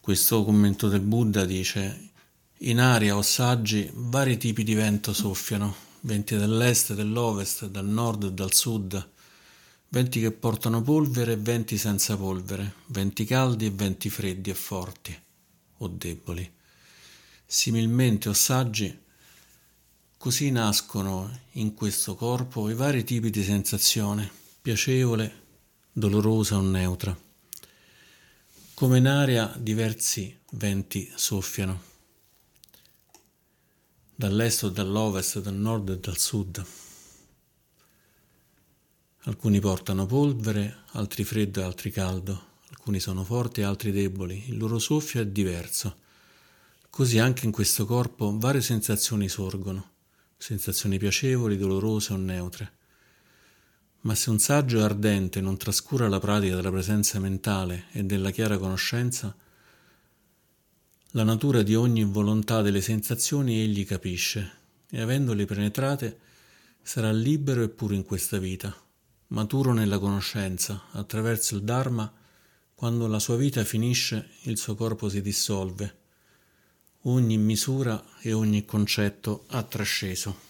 Questo commento del Buddha dice: in aria o saggi vari tipi di vento soffiano, venti dell'est, dell'ovest, dal nord e dal sud, venti che portano polvere e venti senza polvere, venti caldi e venti freddi e forti o deboli. Similmente o saggi, così nascono in questo corpo i vari tipi di sensazione, piacevole, dolorosa o neutra. Come in aria diversi venti soffiano, dall'est o dall'ovest, dal nord e dal sud. Alcuni portano polvere, altri freddo e altri caldo, alcuni sono forti e altri deboli, il loro soffio è diverso. Così anche in questo corpo varie sensazioni sorgono, sensazioni piacevoli, dolorose o neutre. Ma se un saggio ardente non trascura la pratica della presenza mentale e della chiara conoscenza, la natura di ogni volontà delle sensazioni egli capisce e avendole penetrate sarà libero e puro in questa vita, maturo nella conoscenza, attraverso il Dharma. Quando la sua vita finisce, il suo corpo si dissolve, ogni misura e ogni concetto ha trasceso.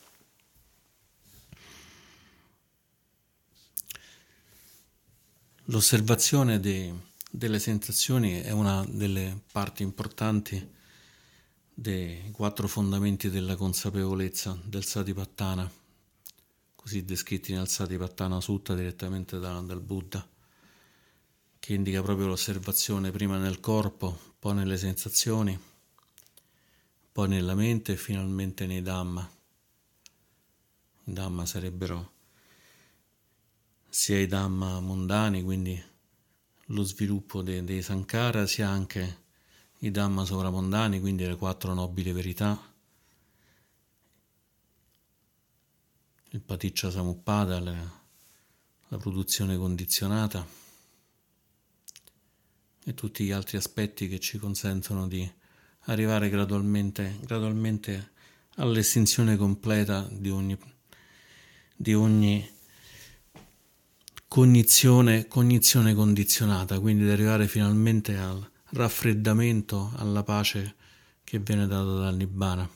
L'osservazione delle sensazioni è una delle parti importanti dei 4 fondamenti della consapevolezza del Satipatthana, così descritti nel Satipatthana Sutta direttamente dal Buddha, che indica proprio l'osservazione prima nel corpo, poi nelle sensazioni, poi nella mente e finalmente nei Dhamma. I Dhamma sarebbero sia i Dhamma mondani, quindi lo sviluppo dei Sankhara, sia anche i Dhamma sovramondani, quindi le 4 nobili verità, il Paticca Samuppada, la produzione condizionata e tutti gli altri aspetti che ci consentono di arrivare gradualmente all'estinzione completa di ogni cognizione condizionata, quindi di arrivare finalmente al raffreddamento, alla pace che viene data dal Nibbana.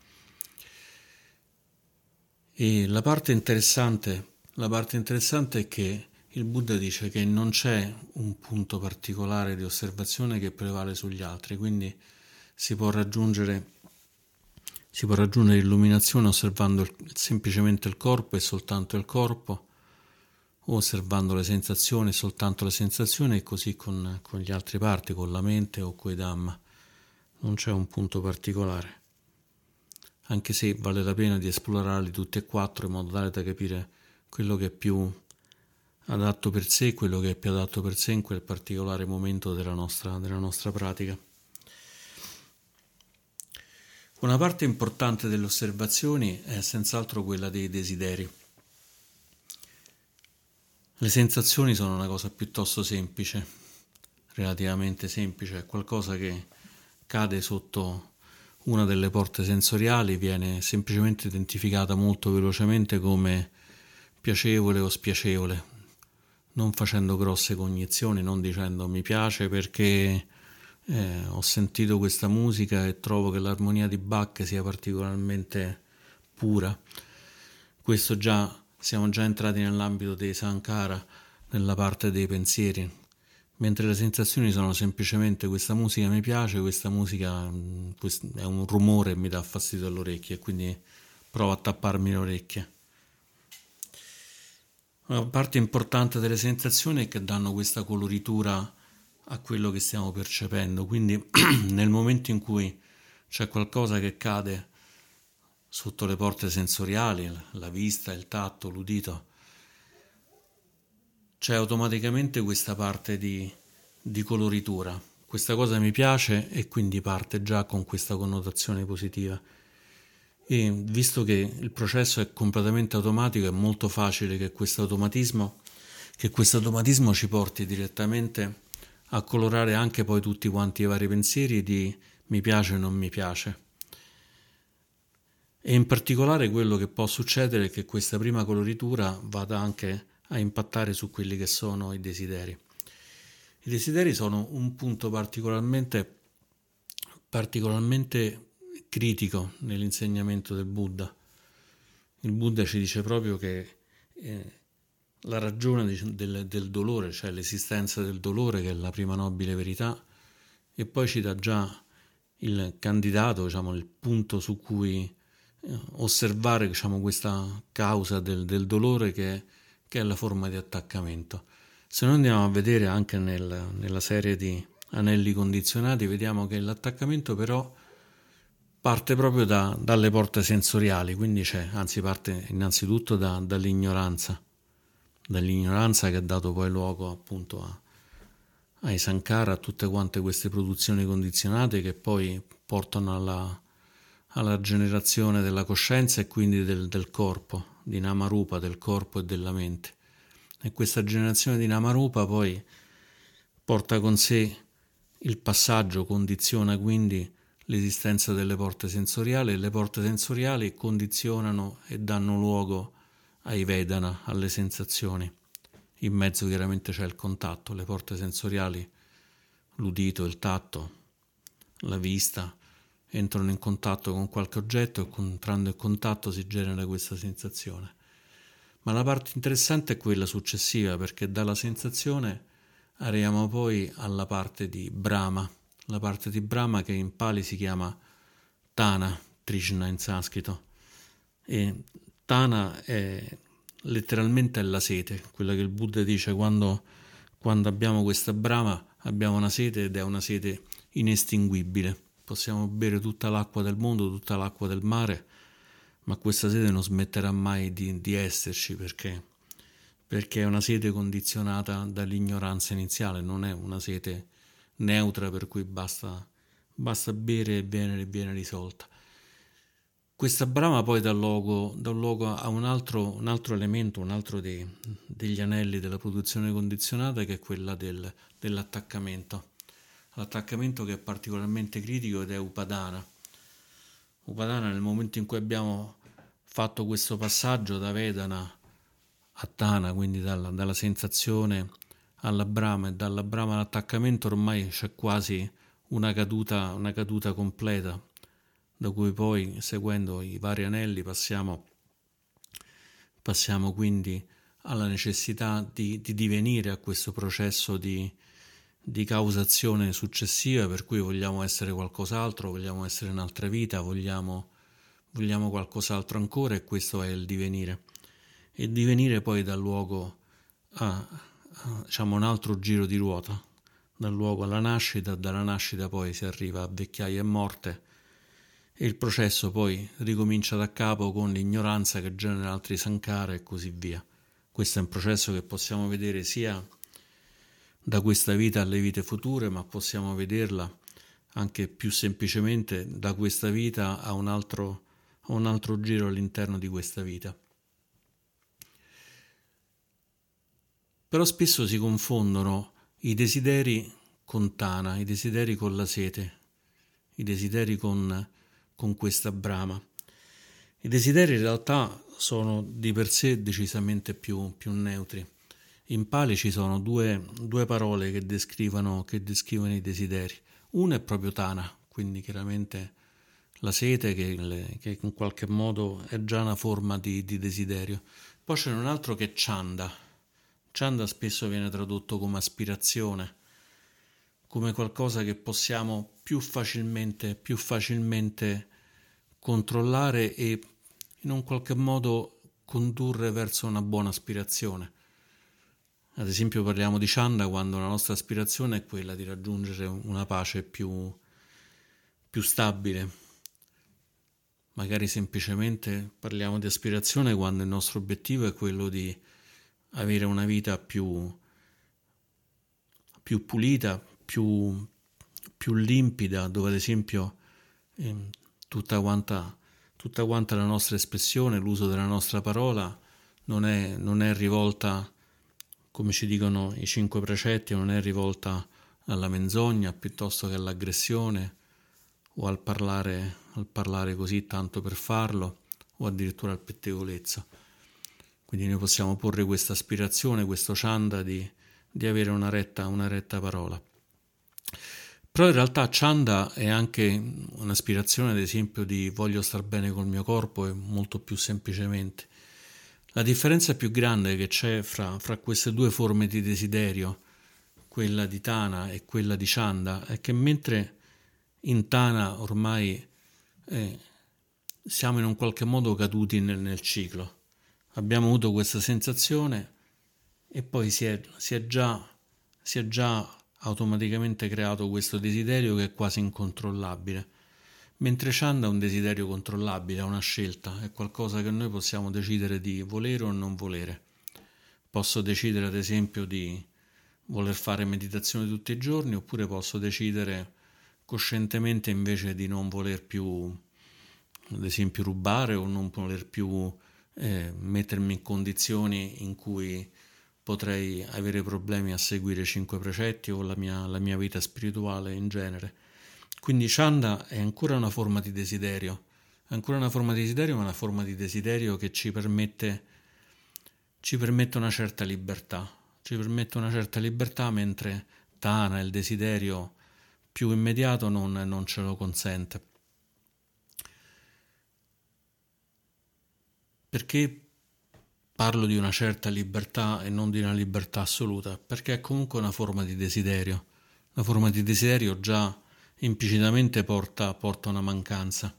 E la parte interessante è che il Buddha dice che non c'è un punto particolare di osservazione che prevale sugli altri, quindi si può raggiungere illuminazione osservando semplicemente il corpo e soltanto il corpo, o osservando le sensazioni e soltanto le sensazioni, e così con gli altri parti, con la mente o coi Dhamma. Non c'è un punto particolare, anche se vale la pena di esplorarli tutti e 4 in modo tale da capire quello che è più adatto per sé, quello che è più adatto per sé in quel particolare momento della nostra pratica. Una parte importante delle osservazioni è senz'altro quella dei desideri. Le sensazioni sono una cosa piuttosto semplice, relativamente semplice, è qualcosa che cade sotto una delle porte sensoriali, viene semplicemente identificata molto velocemente come piacevole o spiacevole, non facendo grosse cognizioni, non dicendo mi piace perché ho sentito questa musica e trovo che l'armonia di Bach sia particolarmente pura. Questo siamo già entrati nell'ambito dei Sankhara, nella parte dei pensieri, mentre le sensazioni sono semplicemente questa musica mi piace, questa musica è un rumore e mi dà fastidio alle orecchie e quindi provo a tapparmi le orecchie. Una parte importante delle sensazioni è che danno questa coloritura a quello che stiamo percependo, quindi nel momento in cui c'è qualcosa che cade sotto le porte sensoriali, la vista, il tatto, l'udito, c'è automaticamente questa parte di coloritura. Questa cosa mi piace e quindi parte già con questa connotazione positiva. E visto che il processo è completamente automatico, è molto facile che questo automatismo ci porti direttamente a colorare anche poi tutti quanti i vari pensieri di mi piace o non mi piace. E in particolare quello che può succedere è che questa prima coloritura vada anche a impattare su quelli che sono i desideri. I desideri sono un punto particolarmente critico nell'insegnamento del Buddha. Il Buddha ci dice proprio che la ragione del dolore, cioè l'esistenza del dolore, che è la prima nobile verità, e poi ci dà già il candidato, diciamo, il punto su cui osservare, diciamo, questa causa del dolore che è la forma di attaccamento. Se noi andiamo a vedere anche nella serie di anelli condizionati, vediamo che l'attaccamento però parte proprio dalle porte sensoriali, quindi parte innanzitutto dall'ignoranza che ha dato poi luogo appunto ai Sankara, a tutte quante queste produzioni condizionate che poi portano alla generazione della coscienza e quindi del corpo, di Namarupa, del corpo e della mente. E questa generazione di Namarupa poi porta con sé il passaggio, condiziona quindi l'esistenza delle porte sensoriali, e le porte sensoriali condizionano e danno luogo ai Vedana, alle sensazioni. In mezzo chiaramente c'è il contatto, le porte sensoriali, l'udito, il tatto, la vista, entrano in contatto con qualche oggetto e entrando in contatto si genera questa sensazione. Ma la parte interessante è quella successiva, perché dalla sensazione arriviamo poi alla parte di Brahma, la parte di Brahma che in Pali si chiama Tana, Trishna in sanscrito, e Tana è letteralmente la sete, quella che il Buddha dice quando abbiamo questa Brahma abbiamo una sete ed è una sete inestinguibile, possiamo bere tutta l'acqua del mondo, tutta l'acqua del mare, ma questa sete non smetterà mai di esserci perché è una sete condizionata dall'ignoranza iniziale, non è una sete neutra per cui basta bere e viene risolta. Questa Brahma poi dà luogo a un altro elemento, un altro degli anelli della produzione condizionata, che è quella dell'attaccamento. L'attaccamento che è particolarmente critico ed è Upadana. Upadana, nel momento in cui abbiamo fatto questo passaggio da Vedana a Tana, quindi dalla sensazione alla Brahma e dalla Brahma all'attaccamento, ormai c'è quasi una caduta completa, da cui poi, seguendo i vari anelli, passiamo quindi alla necessità di divenire a questo processo di causazione successiva, per cui vogliamo essere qualcos'altro, vogliamo essere un'altra vita, vogliamo qualcos'altro ancora, e questo è il divenire. E il divenire poi dà luogo a diciamo un altro giro di ruota, dà luogo alla nascita, dalla nascita poi si arriva a vecchiaia e morte, e il processo poi ricomincia da capo con l'ignoranza che genera altri sankara e così via. Questo è un processo che possiamo vedere sia da questa vita alle vite future, ma possiamo vederla anche più semplicemente da questa vita a un altro giro all'interno di questa vita. Però spesso si confondono i desideri con Tana, i desideri con la sete, i desideri con questa Brahma. I desideri in realtà sono di per sé decisamente più neutri. In Pali ci sono due parole che descrivono i desideri. Una è proprio Tana, quindi chiaramente la sete che in qualche modo è già una forma di desiderio. Poi c'è un altro che è Chanda. Chanda spesso viene tradotto come aspirazione, come qualcosa che possiamo più facilmente controllare e in un qualche modo condurre verso una buona aspirazione. Ad esempio parliamo di Chanda quando la nostra aspirazione è quella di raggiungere una pace più stabile. Magari semplicemente parliamo di aspirazione quando il nostro obiettivo è quello di avere una vita più pulita, più limpida, dove ad esempio tutta quanta la nostra espressione, l'uso della nostra parola non è rivolta, come ci dicono i 5 precetti, non è rivolta alla menzogna piuttosto che all'aggressione o al parlare così tanto per farlo, o addirittura al pettegolezzo. Quindi noi possiamo porre questa aspirazione, questo chanda di di avere una retta parola. Però in realtà Chanda è anche un'aspirazione, ad esempio, di voglio star bene col mio corpo e molto più semplicemente. La differenza più grande che c'è fra queste due forme di desiderio, quella di Tana e quella di Chanda, è che mentre in Tana ormai siamo in un qualche modo caduti nel ciclo, abbiamo avuto questa sensazione e poi si è già automaticamente creato questo desiderio che è quasi incontrollabile, mentre Chanda è un desiderio controllabile, è una scelta, è qualcosa che noi possiamo decidere di volere o non volere. Posso decidere ad esempio di voler fare meditazione tutti i giorni, oppure posso decidere coscientemente invece di non voler più, ad esempio, rubare o non voler più mettermi in condizioni in cui potrei avere problemi a seguire i 5 precetti o la mia vita spirituale in genere. Quindi Chanda è ancora una forma di desiderio, è ancora una forma di desiderio, ma una forma di desiderio che ci permette una certa libertà, mentre Tana, il desiderio più immediato, non ce lo consente. Perché parlo di una certa libertà e non di una libertà assoluta? Perché è comunque una forma di desiderio. La forma di desiderio già implicitamente porta una mancanza.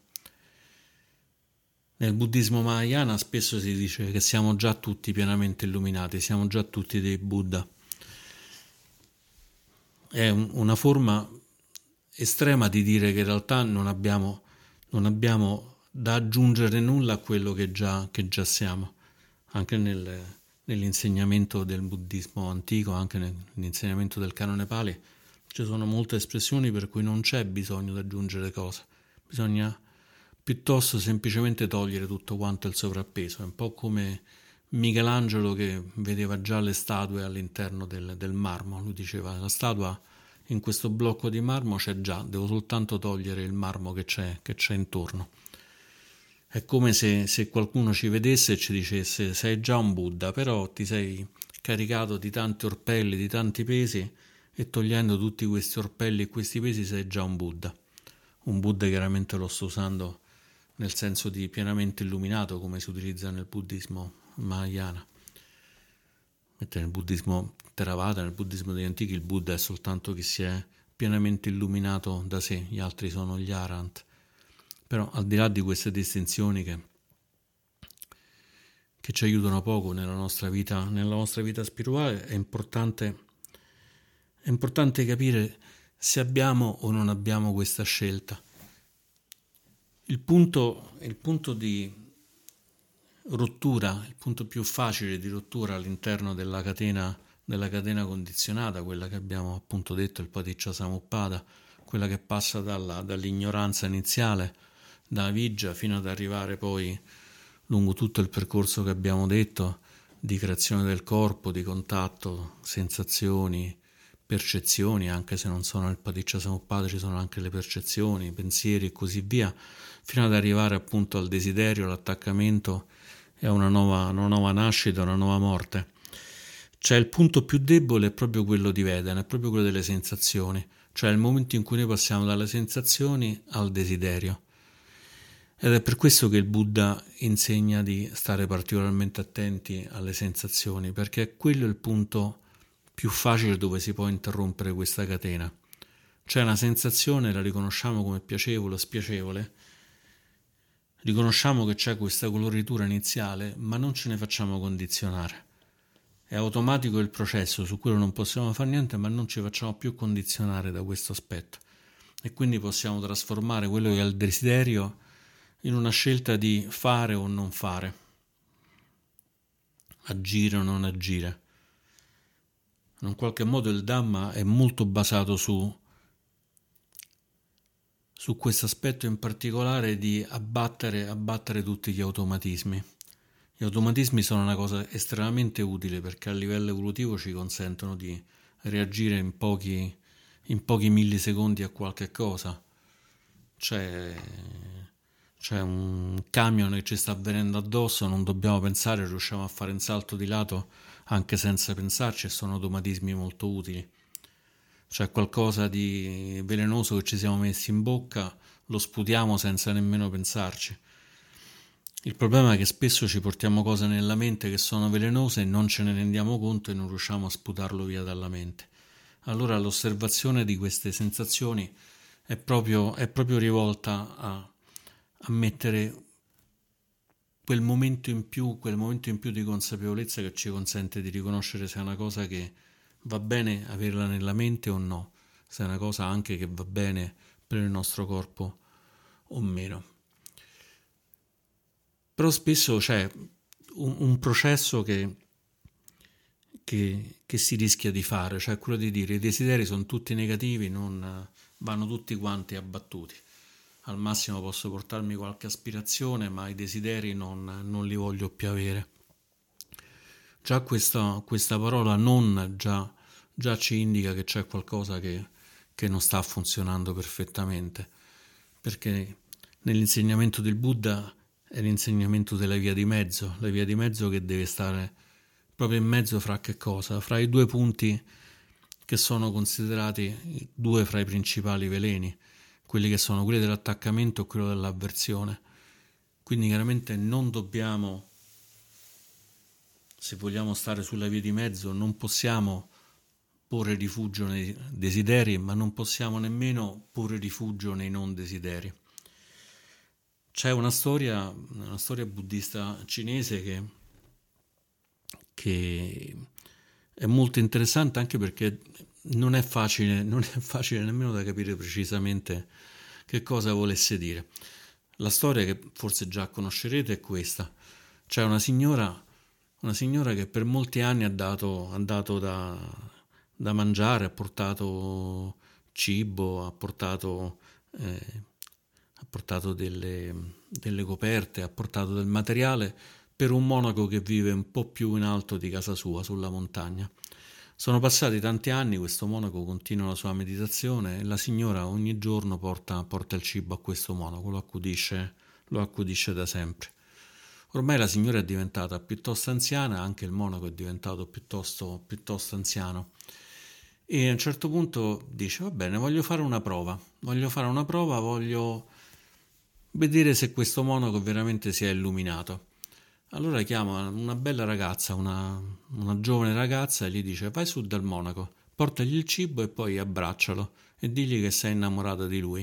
Nel buddismo Mahayana spesso si dice che siamo già tutti pienamente illuminati, siamo già tutti dei Buddha. È una forma estrema di dire che in realtà non abbiamo da aggiungere nulla a quello che già siamo. Anche nell'insegnamento del buddismo antico, anche nell'insegnamento del canone Pali, ci sono molte espressioni per cui non c'è bisogno di aggiungere cose, bisogna piuttosto semplicemente togliere tutto quanto il sovrappeso. È un po' come Michelangelo che vedeva già le statue all'interno del marmo. Lui diceva: la statua in questo blocco di marmo c'è già, devo soltanto togliere il marmo che c'è intorno. È come se qualcuno ci vedesse e ci dicesse: sei già un Buddha, però ti sei caricato di tanti orpelli, di tanti pesi, e togliendo tutti questi orpelli e questi pesi sei già un Buddha. Un Buddha chiaramente lo sto usando nel senso di pienamente illuminato, come si utilizza nel buddismo Mahayana. Mentre nel buddismo Theravada, nel buddismo degli antichi, il Buddha è soltanto chi si è pienamente illuminato da sé, gli altri sono gli Arahant. Però al di là di queste distinzioni che ci aiutano poco nella nostra vita spirituale, è importante capire se abbiamo o non abbiamo questa scelta. Il punto di rottura, il punto più facile di rottura all'interno della catena condizionata, quella che abbiamo appunto detto, il Paticca-Samuppada, quella che passa dall'ignoranza iniziale, da Avijja, fino ad arrivare poi lungo tutto il percorso che abbiamo detto di creazione del corpo, di contatto, sensazioni, percezioni, anche se non sono nel Paticca-Samuppada, ci sono anche le percezioni, pensieri e così via, fino ad arrivare appunto al desiderio, all'attaccamento e a una nuova nascita, una nuova morte. Cioè il punto più debole è proprio quello di Vedana, è proprio quello delle sensazioni, cioè il momento in cui noi passiamo dalle sensazioni al desiderio. Ed è per questo che il Buddha insegna di stare particolarmente attenti alle sensazioni, perché quello è il punto più facile dove si può interrompere questa catena. C'è una sensazione, la riconosciamo come piacevole o spiacevole, riconosciamo che c'è questa coloritura iniziale, ma non ce ne facciamo condizionare. È automatico il processo, su quello non possiamo fare niente, ma non ci facciamo più condizionare da questo aspetto. E quindi possiamo trasformare quello che è il desiderio in una scelta di fare o non fare, agire o non agire. In un qualche modo il Dhamma è molto basato su questo aspetto in particolare di abbattere tutti gli automatismi. Gli automatismi sono una cosa estremamente utile perché a livello evolutivo ci consentono di reagire in pochi millisecondi a qualche cosa. C'è c'è un camion che ci sta venendo addosso, non dobbiamo pensare, riusciamo a fare un salto di lato anche senza pensarci, e sono automatismi molto utili. C'è qualcosa di velenoso che ci siamo messi in bocca, lo sputiamo senza nemmeno pensarci. Il problema è che spesso ci portiamo cose nella mente che sono velenose e non ce ne rendiamo conto e non riusciamo a sputarlo via dalla mente. Allora l'osservazione di queste sensazioni è proprio rivolta a mettere quel momento in più di consapevolezza che ci consente di riconoscere se è una cosa che va bene averla nella mente o no, se è una cosa anche che va bene per il nostro corpo o meno. Però spesso c'è un processo che si rischia di fare, cioè quello di dire i desideri sono tutti negativi, non vanno tutti quanti abbattuti. Al massimo posso portarmi qualche aspirazione, ma i desideri non li voglio più avere. Già questa parola non già ci indica che c'è qualcosa che non sta funzionando perfettamente, perché nell'insegnamento del Buddha è l'insegnamento della via di mezzo, la via di mezzo che deve stare proprio in mezzo fra che cosa? Fra i due punti che sono considerati due fra i principali veleni, quelli che sono quelli dell'attaccamento e quello dell'avversione. Quindi chiaramente non dobbiamo, se vogliamo stare sulla via di mezzo, non possiamo porre rifugio nei desideri, ma non possiamo nemmeno porre rifugio nei non desideri. C'è una storia buddista cinese che è molto interessante, anche perché non è facile nemmeno da capire precisamente che cosa volesse dire. La storia, che forse già conoscerete, è questa. C'è una signora che per molti anni ha dato da mangiare, ha portato cibo, ha portato delle coperte, ha portato del materiale per un monaco che vive un po' più in alto di casa sua, sulla montagna. Sono passati tanti anni, questo monaco continua la sua meditazione e la signora ogni giorno porta il cibo a questo monaco, lo accudisce da sempre. Ormai la signora è diventata piuttosto anziana, anche il monaco è diventato piuttosto anziano. E a un certo punto dice: va bene, voglio vedere se questo monaco veramente si è illuminato. Allora chiama una bella ragazza, una giovane ragazza, e gli dice: vai su dal monaco, portagli il cibo e poi abbraccialo e digli che sei innamorata di lui.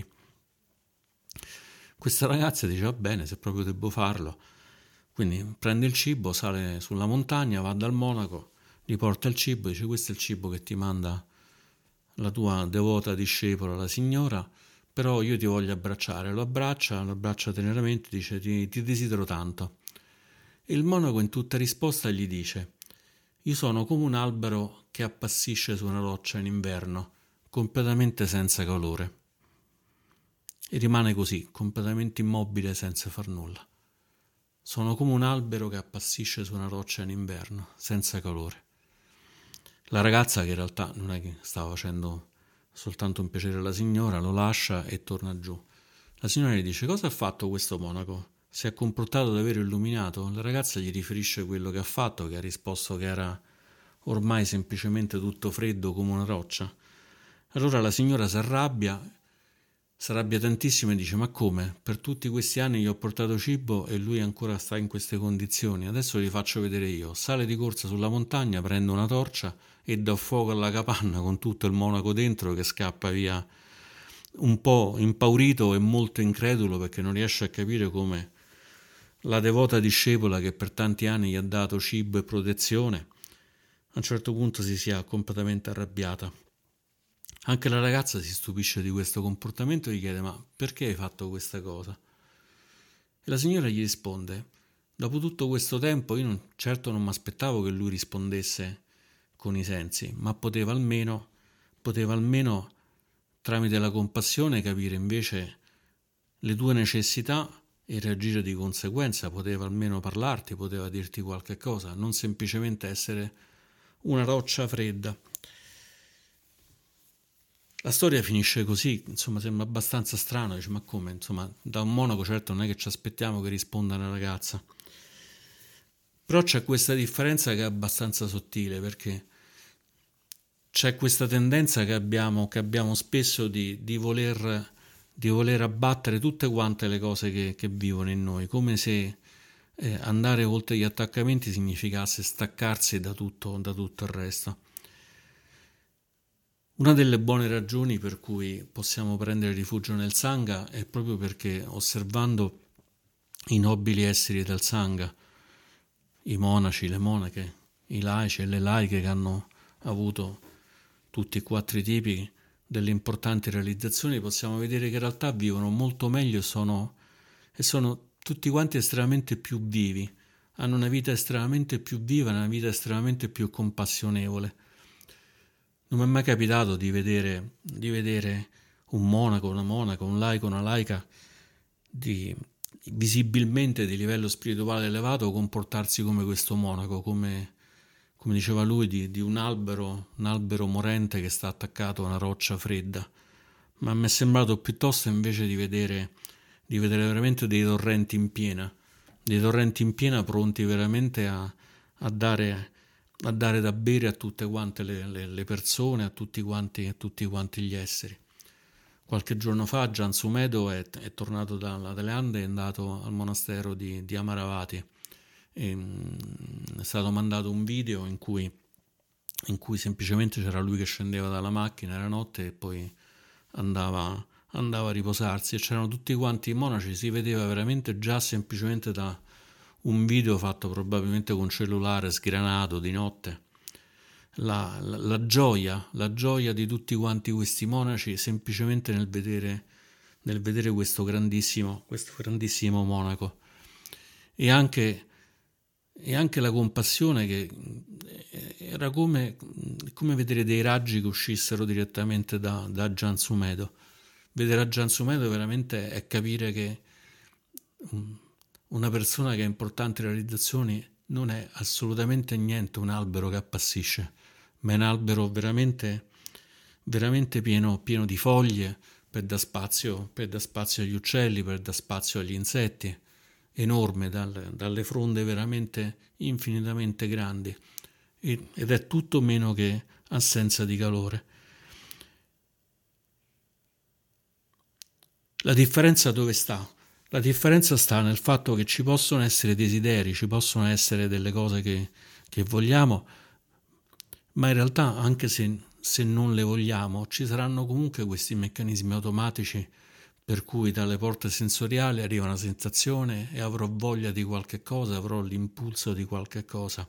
Questa ragazza dice: va bene, se proprio devo farlo. Quindi prende il cibo, sale sulla montagna, va dal monaco, gli porta il cibo, dice: questo è il cibo che ti manda la tua devota discepola, la signora, però io ti voglio abbracciare. Lo abbraccia teneramente, dice: ti desidero tanto. E il monaco in tutta risposta gli dice: io sono come un albero che appassisce su una roccia in inverno, completamente senza calore. E rimane così, completamente immobile, senza far nulla. Sono come un albero che appassisce su una roccia in inverno, senza calore. La ragazza, che in realtà non è che stava facendo soltanto un piacere alla signora, lo lascia e torna giù. La signora gli dice: cosa ha fatto questo monaco? Si è comportato davvero illuminato? La ragazza gli riferisce quello che ha fatto, che ha risposto che era ormai semplicemente tutto freddo come una roccia. Allora la signora si arrabbia tantissimo e dice: ma come? Per tutti questi anni gli ho portato cibo e lui ancora sta in queste condizioni. Adesso li faccio vedere io. Sale di corsa sulla montagna, prende una torcia e dà fuoco alla capanna con tutto il monaco dentro, che scappa via un po' impaurito e molto incredulo, perché non riesce a capire come la devota discepola, che per tanti anni gli ha dato cibo e protezione, a un certo punto si sia completamente arrabbiata. Anche la ragazza si stupisce di questo comportamento e gli chiede: ma perché hai fatto questa cosa? E la signora gli risponde: dopo tutto questo tempo io certo non mi aspettavo che lui rispondesse con i sensi, ma poteva almeno tramite la compassione capire invece le tue necessità e reagire di conseguenza, poteva almeno parlarti, poteva dirti qualche cosa, non semplicemente essere una roccia fredda. La storia finisce così, insomma, sembra abbastanza strano, dice, ma come? Insomma, da un monaco certo non è che ci aspettiamo che risponda una ragazza. Però c'è questa differenza che è abbastanza sottile, perché c'è questa tendenza che abbiamo spesso di voler abbattere tutte quante le cose che vivono in noi, come se andare oltre gli attaccamenti significasse staccarsi da tutto il resto. Una delle buone ragioni per cui possiamo prendere rifugio nel Sangha è proprio perché osservando i nobili esseri del Sangha, i monaci, le monache, i laici e le laiche che hanno avuto tutti e quattro i tipi delle importanti realizzazioni, possiamo vedere che in realtà vivono molto meglio e sono tutti quanti estremamente più vivi, hanno una vita estremamente più viva, una vita estremamente più compassionevole. Non mi è mai capitato di vedere un monaco, una monaca, un laico, una laica visibilmente di livello spirituale elevato comportarsi come questo monaco, come diceva lui, di un albero morente che sta attaccato a una roccia fredda. Ma mi è sembrato piuttosto invece di vedere veramente dei torrenti in piena pronti veramente a dare da bere a tutte quante le persone, a tutti quanti gli esseri. Qualche giorno fa Gian Sumedo è tornato dalla Thailandia e è andato al monastero di Amaravati. È stato mandato un video in cui semplicemente c'era lui che scendeva dalla macchina, era notte, e poi andava a riposarsi, e c'erano tutti quanti i monaci, si vedeva veramente già semplicemente da un video fatto probabilmente con cellulare sgranato di notte, la gioia di tutti quanti questi monaci semplicemente nel vedere questo grandissimo monaco, e anche la compassione, che era come vedere dei raggi che uscissero direttamente da Gian Sumedo. Vedere a Gian Sumedo veramente è capire che una persona che ha importanti realizzazioni non è assolutamente niente un albero che appassisce, ma è un albero veramente, veramente pieno di foglie per dar spazio agli uccelli, per dar spazio agli insetti, enorme, dalle fronde veramente infinitamente grandi, ed è tutto meno che assenza di calore. La differenza dove sta? La differenza sta nel fatto che ci possono essere desideri, ci possono essere delle cose che vogliamo, ma in realtà anche se non le vogliamo, ci saranno comunque questi meccanismi automatici per cui dalle porte sensoriali arriva una sensazione e avrò voglia di qualche cosa, avrò l'impulso di qualche cosa.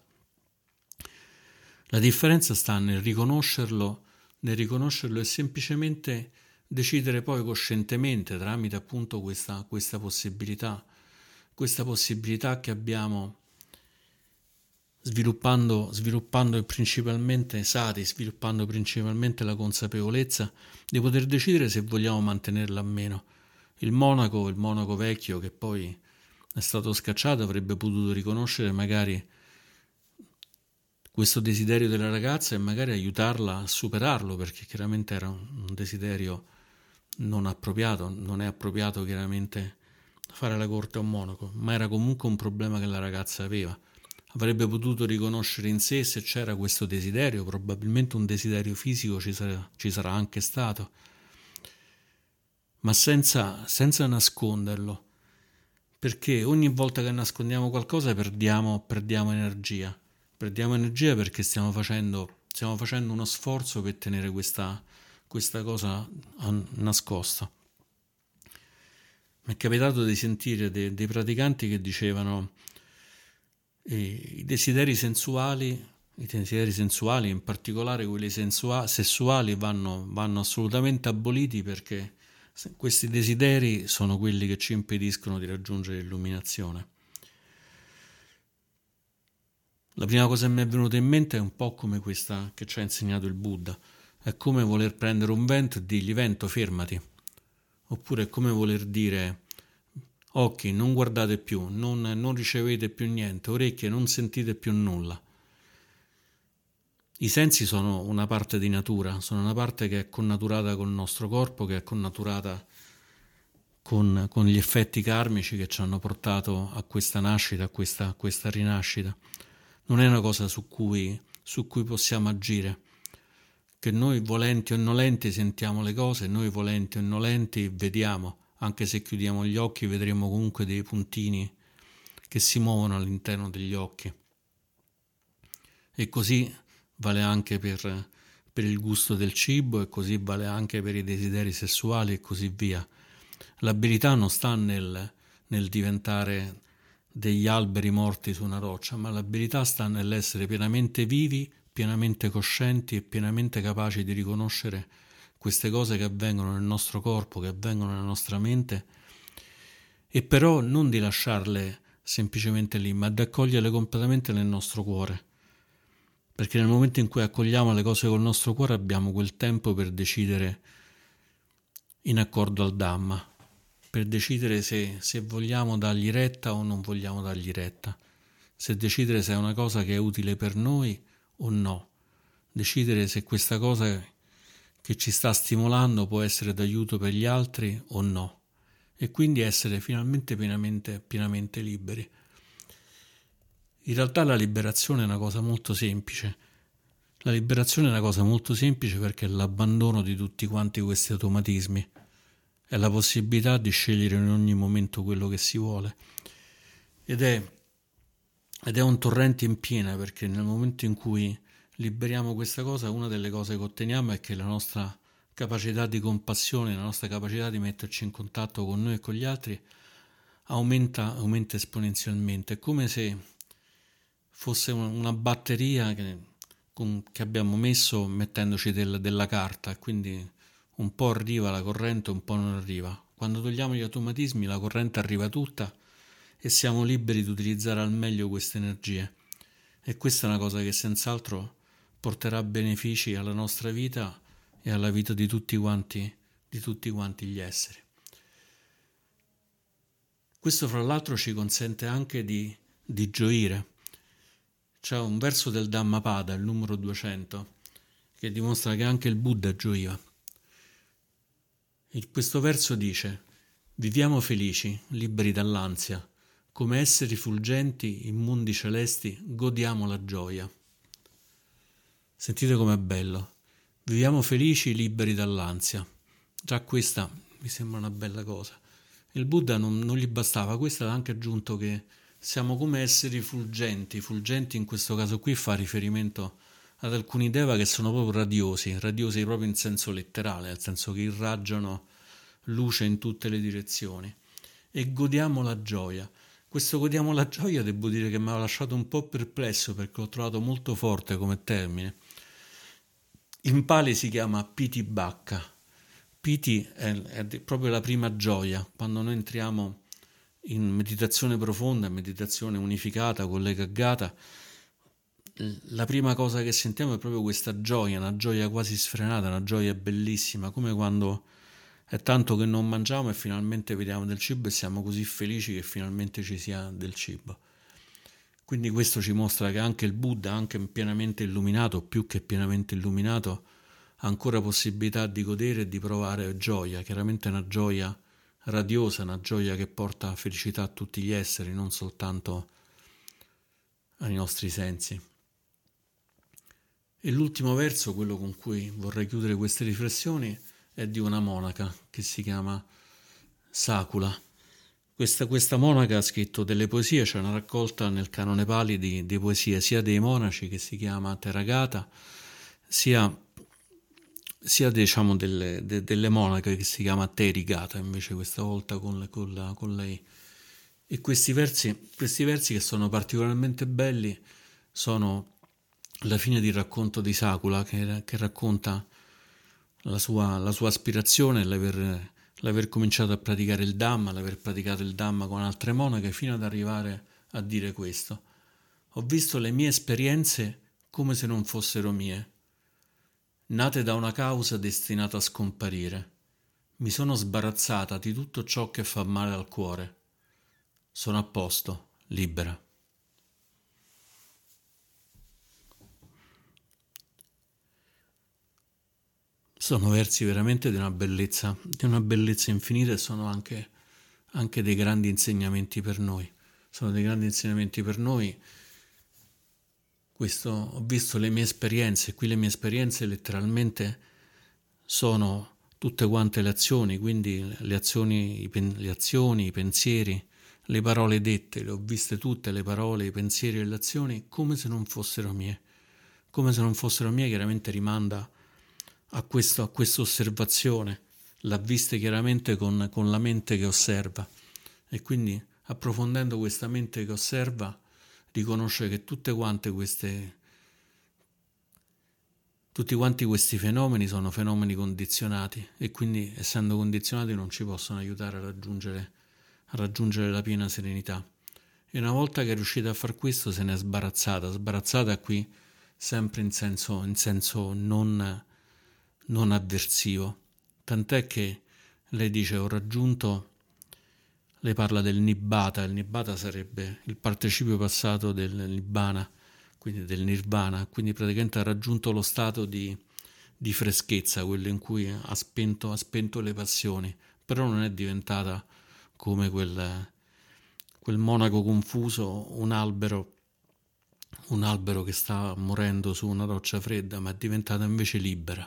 La differenza sta nel riconoscerlo e semplicemente decidere poi coscientemente, tramite appunto questa possibilità che abbiamo sviluppando principalmente sati, sviluppando principalmente la consapevolezza di poter decidere se vogliamo mantenerla o meno. Il monaco vecchio che poi è stato scacciato avrebbe potuto riconoscere magari questo desiderio della ragazza e magari aiutarla a superarlo, perché chiaramente era un desiderio non appropriato, non è appropriato chiaramente fare la corte a un monaco, ma era comunque un problema che la ragazza aveva. Avrebbe potuto riconoscere in sé se c'era questo desiderio, probabilmente un desiderio fisico ci sarà anche stato, ma senza nasconderlo, perché ogni volta che nascondiamo qualcosa perdiamo energia. Perdiamo energia perché stiamo facendo uno sforzo per tenere questa cosa nascosta. Mi è capitato di sentire dei praticanti che dicevano i desideri sensuali, in particolare quelli sessuali, vanno assolutamente aboliti, perché questi desideri sono quelli che ci impediscono di raggiungere l'illuminazione. La prima cosa che mi è venuta in mente è un po' come questa che ci ha insegnato il Buddha. È come voler prendere un vento e dirgli: vento, fermati. Oppure è come voler dire: occhi, non guardate più, non ricevete più niente, orecchie, non sentite più nulla. I sensi sono una parte di natura, sono una parte che è connaturata col nostro corpo, che è connaturata con gli effetti karmici che ci hanno portato a questa nascita, a questa rinascita. Non è una cosa su cui possiamo agire, che noi volenti o nolenti sentiamo le cose, noi volenti o nolenti vediamo, anche se chiudiamo gli occhi vedremo comunque dei puntini che si muovono all'interno degli occhi. E così vale anche per il gusto del cibo, e così vale anche per i desideri sessuali e così via. L'abilità non sta nel diventare degli alberi morti su una roccia, ma l'abilità sta nell'essere pienamente vivi, pienamente coscienti e pienamente capaci di riconoscere queste cose che avvengono nel nostro corpo, che avvengono nella nostra mente, e però non di lasciarle semplicemente lì, ma di accoglierle completamente nel nostro cuore. Perché nel momento in cui accogliamo le cose col nostro cuore abbiamo quel tempo per decidere in accordo al Dhamma, per decidere se vogliamo dargli retta o non vogliamo dargli retta, se decidere se è una cosa che è utile per noi o no, decidere se questa cosa che ci sta stimolando può essere d'aiuto per gli altri o no, e quindi essere finalmente pienamente liberi. In realtà la liberazione è una cosa molto semplice. La liberazione è una cosa molto semplice perché è l'abbandono di tutti quanti questi automatismi. È la possibilità di scegliere in ogni momento quello che si vuole. Ed è un torrente in piena, perché nel momento in cui liberiamo questa cosa, una delle cose che otteniamo è che la nostra capacità di compassione, la nostra capacità di metterci in contatto con noi e con gli altri aumenta esponenzialmente. È come se fosse una batteria che abbiamo messo mettendoci della carta, quindi un po' arriva la corrente, un po' non arriva. Quando togliamo gli automatismi la corrente arriva tutta e siamo liberi di utilizzare al meglio queste energie. E questa è una cosa che senz'altro porterà benefici alla nostra vita e alla vita di tutti quanti gli esseri. Questo fra l'altro ci consente anche di gioire. C'è un verso del Dhammapada, il numero 200, che dimostra che anche il Buddha gioiva. E questo verso dice: viviamo felici, liberi dall'ansia, come esseri fulgenti in mondi celesti godiamo la gioia. Sentite com'è bello. Viviamo felici, liberi dall'ansia. Già questa mi sembra una bella cosa. Il Buddha non gli bastava, questo ha anche aggiunto che siamo come esseri fulgenti. Fulgenti in questo caso qui fa riferimento ad alcuni deva che sono proprio radiosi proprio in senso letterale, nel senso che irraggiano luce in tutte le direzioni. E godiamo la gioia. Questo godiamo la gioia devo dire che mi ha lasciato un po' perplesso, perché l'ho trovato molto forte come termine. In Pali si chiama Piti Bhakka. Piti è proprio la prima gioia. Quando noi entriamo in meditazione profonda, in meditazione unificata con l'Ekaggata, la prima cosa che sentiamo è proprio questa gioia, una gioia quasi sfrenata, una gioia bellissima, come quando è tanto che non mangiamo e finalmente vediamo del cibo e siamo così felici che finalmente ci sia del cibo. Quindi questo ci mostra che anche il Buddha, anche pienamente illuminato, più che pienamente illuminato, ha ancora possibilità di godere e di provare gioia, chiaramente una gioia radiosa, una gioia che porta felicità a tutti gli esseri, non soltanto ai nostri sensi. E l'ultimo verso, quello con cui vorrei chiudere queste riflessioni, è di una monaca che si chiama Sakula. Questa monaca ha scritto delle poesie, c'è una raccolta nel canone Pali di poesie sia dei monaci, che si chiama Theragatha, sia diciamo delle monache, che si chiama Therigatha, invece questa volta con lei. E questi versi che sono particolarmente belli sono la fine del racconto di Sakula, che racconta la sua aspirazione, l'aver cominciato a praticare il Dhamma, l'aver praticato il Dhamma con altre monache, fino ad arrivare a dire questo: ho visto le mie esperienze come se non fossero mie, nate da una causa destinata a scomparire. Mi sono sbarazzata di tutto ciò che fa male al cuore. Sono a posto, libera. sono versi veramente di una bellezza infinita, e sono anche dei grandi insegnamenti per noi. Sono dei grandi insegnamenti per noi. Ho visto le mie esperienze, qui le mie esperienze letteralmente sono tutte quante le azioni, quindi le azioni, i pensieri, le parole dette, le ho viste tutte, le parole, i pensieri e le azioni, come se non fossero mie. Come se non fossero mie, chiaramente rimanda a questa osservazione, l'ha vista chiaramente con la mente che osserva, e quindi approfondendo questa mente che osserva riconosce che tutti quanti questi fenomeni sono fenomeni condizionati, e quindi essendo condizionati non ci possono aiutare a raggiungere la piena serenità. E una volta che è riuscita a far questo se ne è sbarazzata qui sempre in senso non avversivo. Tant'è che lei dice lei parla del nibbata. Il nibbata sarebbe il participio passato del nibbana, quindi del nirvana, quindi praticamente ha raggiunto lo stato di freschezza, quello in cui ha spento le passioni, però non è diventata come quel monaco confuso, un albero che sta morendo su una roccia fredda, ma è diventata invece libera,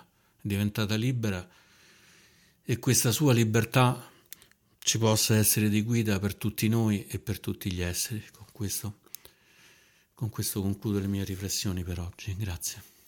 e questa sua libertà ci possa essere di guida per tutti noi e per tutti gli esseri. Con questo concludo le mie riflessioni per oggi. Grazie.